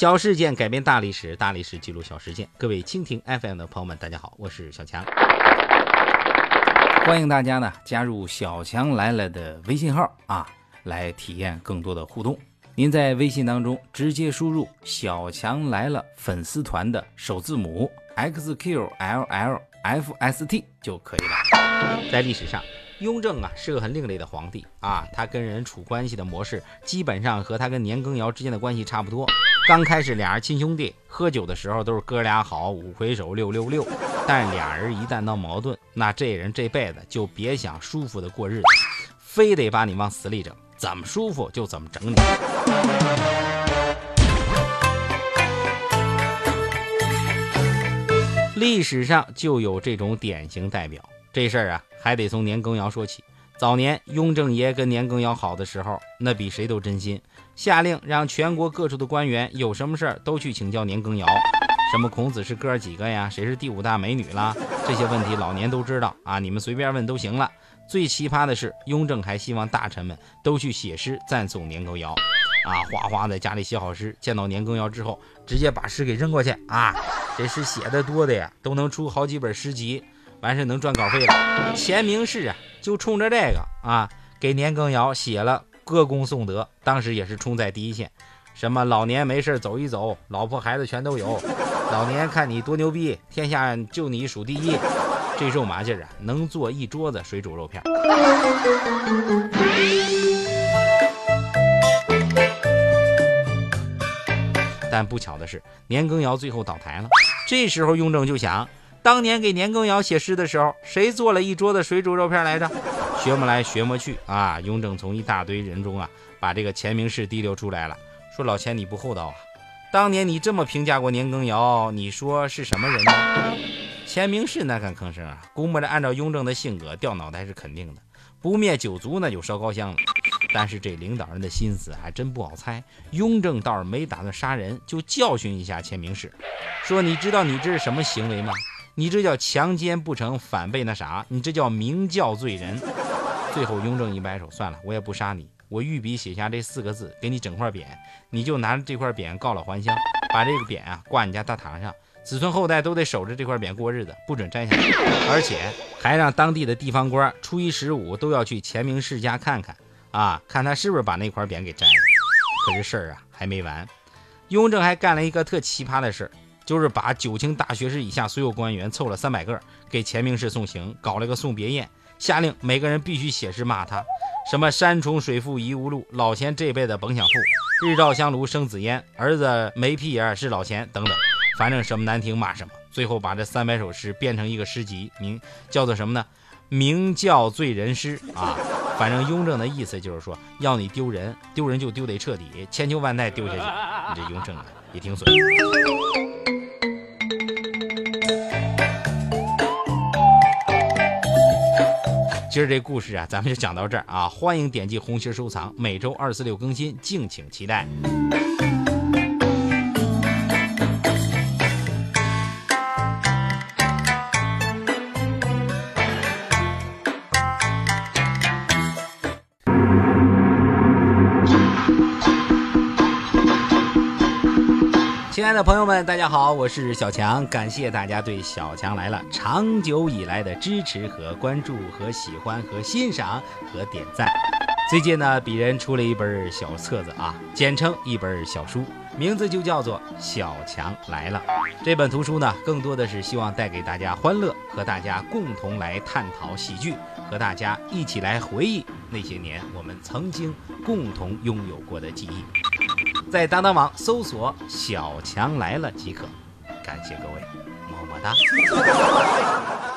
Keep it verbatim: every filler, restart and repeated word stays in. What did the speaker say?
小事件改变大历史，大历史记录小事件。各位蜻蜓 F M 的朋友们，大家好，我是小强。欢迎大家呢加入小强来了的微信号啊，来体验更多的互动。您在微信当中直接输入小强来了粉丝团的首字母 X Q L L F S T 就可以了。在历史上，雍正啊是个很另类的皇帝啊，他跟人处关系的模式基本上和他跟年羹尧之间的关系差不多。刚开始俩人亲兄弟，喝酒的时候都是哥俩好，五回手六六六。但是俩人一旦闹矛盾，那这人这辈子就别想舒服的过日子，非得把你往死里整，怎么舒服就怎么整你。历史上就有这种典型代表。这事儿啊，还得从年羹尧说起。早年雍正爷跟年羹尧好的时候，那比谁都真心，下令让全国各处的官员有什么事儿都去请教年羹尧。什么孔子是哥几个呀，谁是第五大美女啦，这些问题老年都知道啊，你们随便问都行了。最奇葩的是，雍正还希望大臣们都去写诗赞颂年羹尧啊，哗哗在家里写好诗，见到年羹尧之后直接把诗给扔过去啊，这诗写的多的呀，都能出好几本诗集，完事能赚稿费了。钱明士啊就冲着这个啊给年羹尧写了歌功颂德，当时也是冲在第一线。什么老年没事走一走，老婆孩子全都有，老年看你多牛逼，天下就你数第一，这肉麻劲儿啊能做一桌子水煮肉片。但不巧的是，年羹尧最后倒台了。这时候雍正就想，当年给年羹尧写诗的时候，谁做了一桌子水煮肉片来着？学么来学么去啊！雍正从一大堆人中啊，把这个钱明士提溜出来了，说老钱你不厚道啊！当年你这么评价过年羹尧，你说是什么人呢？钱明士那敢吭声啊，估摸着按照雍正的性格，掉脑袋是肯定的，不灭九族那就烧高香了。但是这领导人的心思还真不好猜，雍正倒是没打算杀人，就教训一下钱明士，说你知道你这是什么行为吗？你这叫强奸不成反被那啥，你这叫明教罪人。最后雍正一摆手，算了，我也不杀你，我御笔写下这四个字，给你整块匾，你就拿着这块匾告老还乡，把这个匾啊挂你家大堂上，子孙后代都得守着这块匾过日子，不准摘下来。而且还让当地的地方官初一十五都要去钱明士家看看啊，看他是不是把那块匾给摘了。可是事儿啊还没完，雍正还干了一个特奇葩的事儿，就是把九卿大学士以下所有官员凑了三百个，给钱明士送行，搞了个送别宴，下令每个人必须写诗骂他，什么山重水复疑无路，老钱这辈子甭想富，日照香炉生紫烟，儿子没屁眼是老钱等等，反正什么难听骂什么。最后把这三百首诗编成一个诗集，名叫做什么呢？明教罪人诗啊。反正雍正的意思就是说，要你丢人，丢人就丢得彻底，千秋万代丢下去。你这雍正啊也挺损。今儿这故事啊咱们就讲到这儿啊，欢迎点击红心收藏，每周二四六更新，敬请期待。亲爱的朋友们，大家好，我是小强，感谢大家对小强来了长久以来的支持和关注和喜欢和欣赏和点赞。最近呢，鄙人出了一本小册子啊，简称一本小书，名字就叫做小强来了。这本图书呢，更多的是希望带给大家欢乐，和大家共同来探讨喜剧，和大家一起来回忆那些年我们曾经共同拥有过的记忆。在当当网搜索小强来了即可，感谢各位，么么哒。